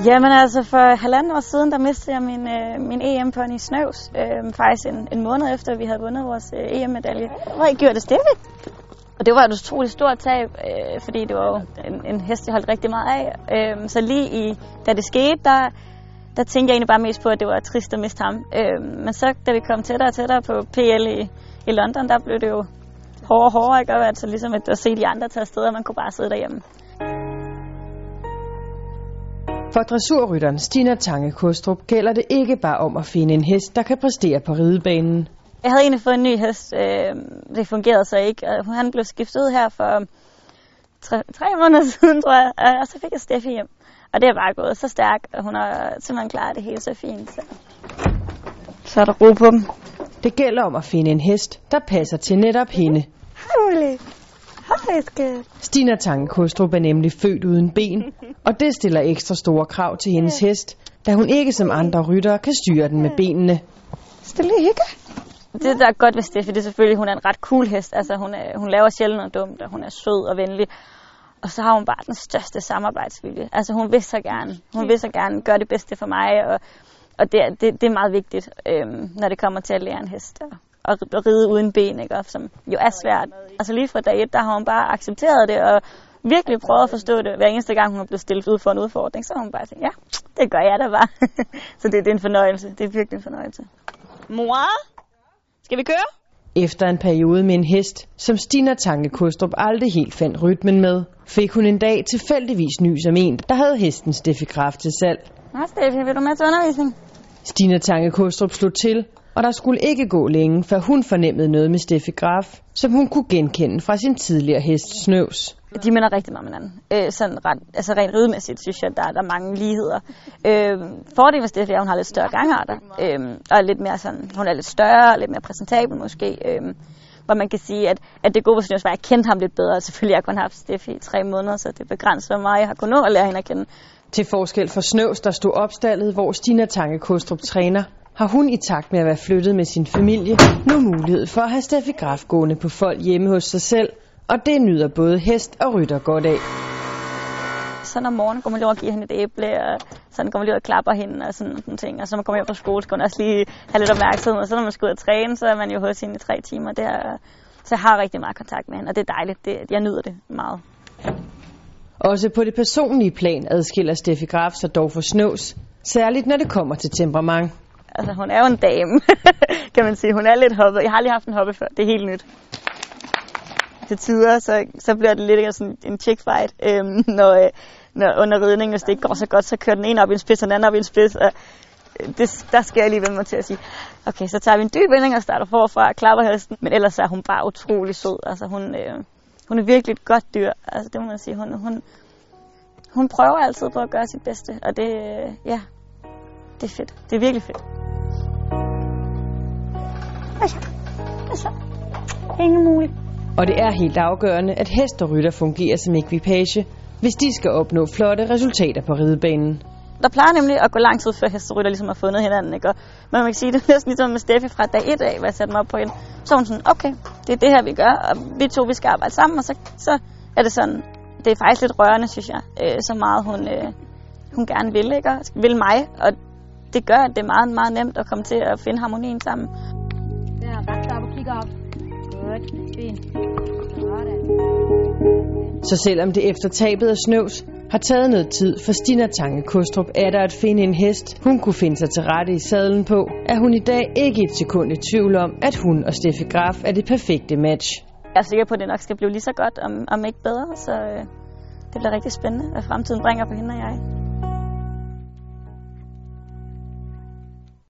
Jamen altså, for 1,5 år siden, der mistede jeg min EM-pony Snøvs. Faktisk en måned efter, vi havde vundet vores EM-medalje. Hvor gjorde det Steffi? Og det var et utroligt stort tab, fordi det var jo en hest, jeg holdt rigtig meget af. Så lige da det skete, der tænkte jeg egentlig bare mest på, at det var trist at miste ham. Men så, da vi kom tættere og tættere på PL i London, der blev det jo hårdere og hårdere, ikke? Og altså ligesom at se de andre tage afsted, og man kunne bare sidde derhjemme. For dressurrytteren Stina Tange Kostrup gælder det ikke bare om at finde en hest, der kan præstere på ridebanen. Jeg havde egentlig fået en ny hest. Det fungerede så ikke. Han blev skiftet ud her for 3 måneder siden, tror jeg. Og så fik jeg Steffi hjem. Og det er bare gået så stærkt, og hun har simpelthen klaret det helt så fint. Så er der ro på dem. Det gælder om at finde en hest, der passer til netop hende. Hej, hej, skat. Stina Tange Kostrup er nemlig født uden ben, og det stiller ekstra store krav til hendes hest, da hun ikke som andre ryttere kan styre den med benene. Stille hygge. Det, der er godt ved Steffi, det er selvfølgelig, at hun er en ret cool hest. Altså, hun laver sjældent noget dumt, og hun er sød og venlig. Og så har hun bare den største samarbejdsvilje. Altså, hun vil så gerne. Hun vil så gerne gøre det bedste for mig, og det er meget vigtigt, når det kommer til at lære en hest og ride uden ben, ikke? Som jo er svært. Altså lige fra dag 1, der har hun bare accepteret det, og virkelig prøvet at forstå det. Hver eneste gang, hun er blevet stillet ud for en udfordring, så har hun bare tænkt, ja, det gør jeg da bare. Så det er en fornøjelse. Det er virkelig en fornøjelse. Mor? Skal vi køre? Efter en periode med en hest, som Stina Tange Kostrup aldrig helt fandt rytmen med, fik hun en dag tilfældigvis nys om en, der havde hesten Steffi Graf til salg. Nå Steffi, vil du med til undervisning? Stina Tange Kostrup slog til, og der skulle ikke gå længe, før hun fornemmede noget med Steffi Graf, som hun kunne genkende fra sin tidligere hest Snøvs. De minder rigtig meget om hinanden. Rent ridemæssigt synes jeg, der er mange ligheder. Fordelen med Steffi er, at hun har lidt større gangarter, og er lidt mere sådan, hun er lidt større, lidt mere præsentabel måske. Hvor man kan sige, at det gode ved Snøvs var, at jeg kendte ham lidt bedre. Selvfølgelig har jeg kun haft Steffi i 3 måneder, så det begrænser mig, jeg har kunnet nå at lære hende at kende. Til forskel for Snøvs, der stod opstallet, hvor Stina Tange Kostrup træner, har hun i takt med at være flyttet med sin familie nu mulighed for at have Steffi Graf gående på folk hjemme hos sig selv, og det nyder både hest og rytter godt af. Så om morgenen går man lige og giver hende et æble, og så går man lige og klapper hende og sådan nogle ting. Og så når man kommer hjem fra skole, skal man også lige have lidt opmærksomhed. Og så når man skal ud og træne, så er man jo hos hende i 3 timer. Så jeg har rigtig meget kontakt med hende, og det er dejligt. Jeg nyder det meget. Også på det personlige plan adskiller Steffi Graf sig dog for Snøvs, særligt når det kommer til temperament. Altså hun er jo en dame, kan man sige. Hun er lidt hoppet. Jeg har aldrig haft en hoppe før. Det er helt nyt. Til tider, så bliver det lidt sådan en chick fight, når under ridningen, hvis det ikke går så godt, så kører den ene op i en spids, og den anden op i en spids. Og der skal jeg lige vende mig til at sige, okay, så tager vi en dyb vending og starter forfra og klapper hesten. Men ellers er hun bare utrolig sød. Altså hun er virkelig et godt dyr. Altså det må man sige. Hun prøver altid på at gøre sit bedste, og det er fedt. Det er virkelig fedt. Ingen muligt. Og det er helt afgørende, at hest og rytter fungerer som ekvipage, hvis de skal opnå flotte resultater på ridebanen. Der plejer nemlig at gå lang tid før hest og rytter ligesom har fundet hinanden, ikke? Men man kan sige, det er næsten ligesom med Steffi fra dag 1 af, hvor jeg satte mig op på hende. Så hun sådan, okay, det er det her, vi gør, og vi skal arbejde sammen, og så er det sådan, det er faktisk lidt rørende, synes jeg, så meget hun gerne vil, ikke? Og vil mig, og det gør, at det er meget, meget nemt at komme til at finde harmonien sammen. Der, ret op og kigge op. Godt, fint. Så selvom det efter tabet af Snøvs har taget noget tid for Stina Tange Kostrup, er der at finde en hest, hun kunne finde sig til rette i sadlen på, er hun i dag ikke et sekund i tvivl om, at hun og Steffi Graf er det perfekte match. Jeg er sikker på, at det nok skal blive lige så godt, om ikke bedre, så det bliver rigtig spændende, hvad fremtiden bringer på hende og jeg.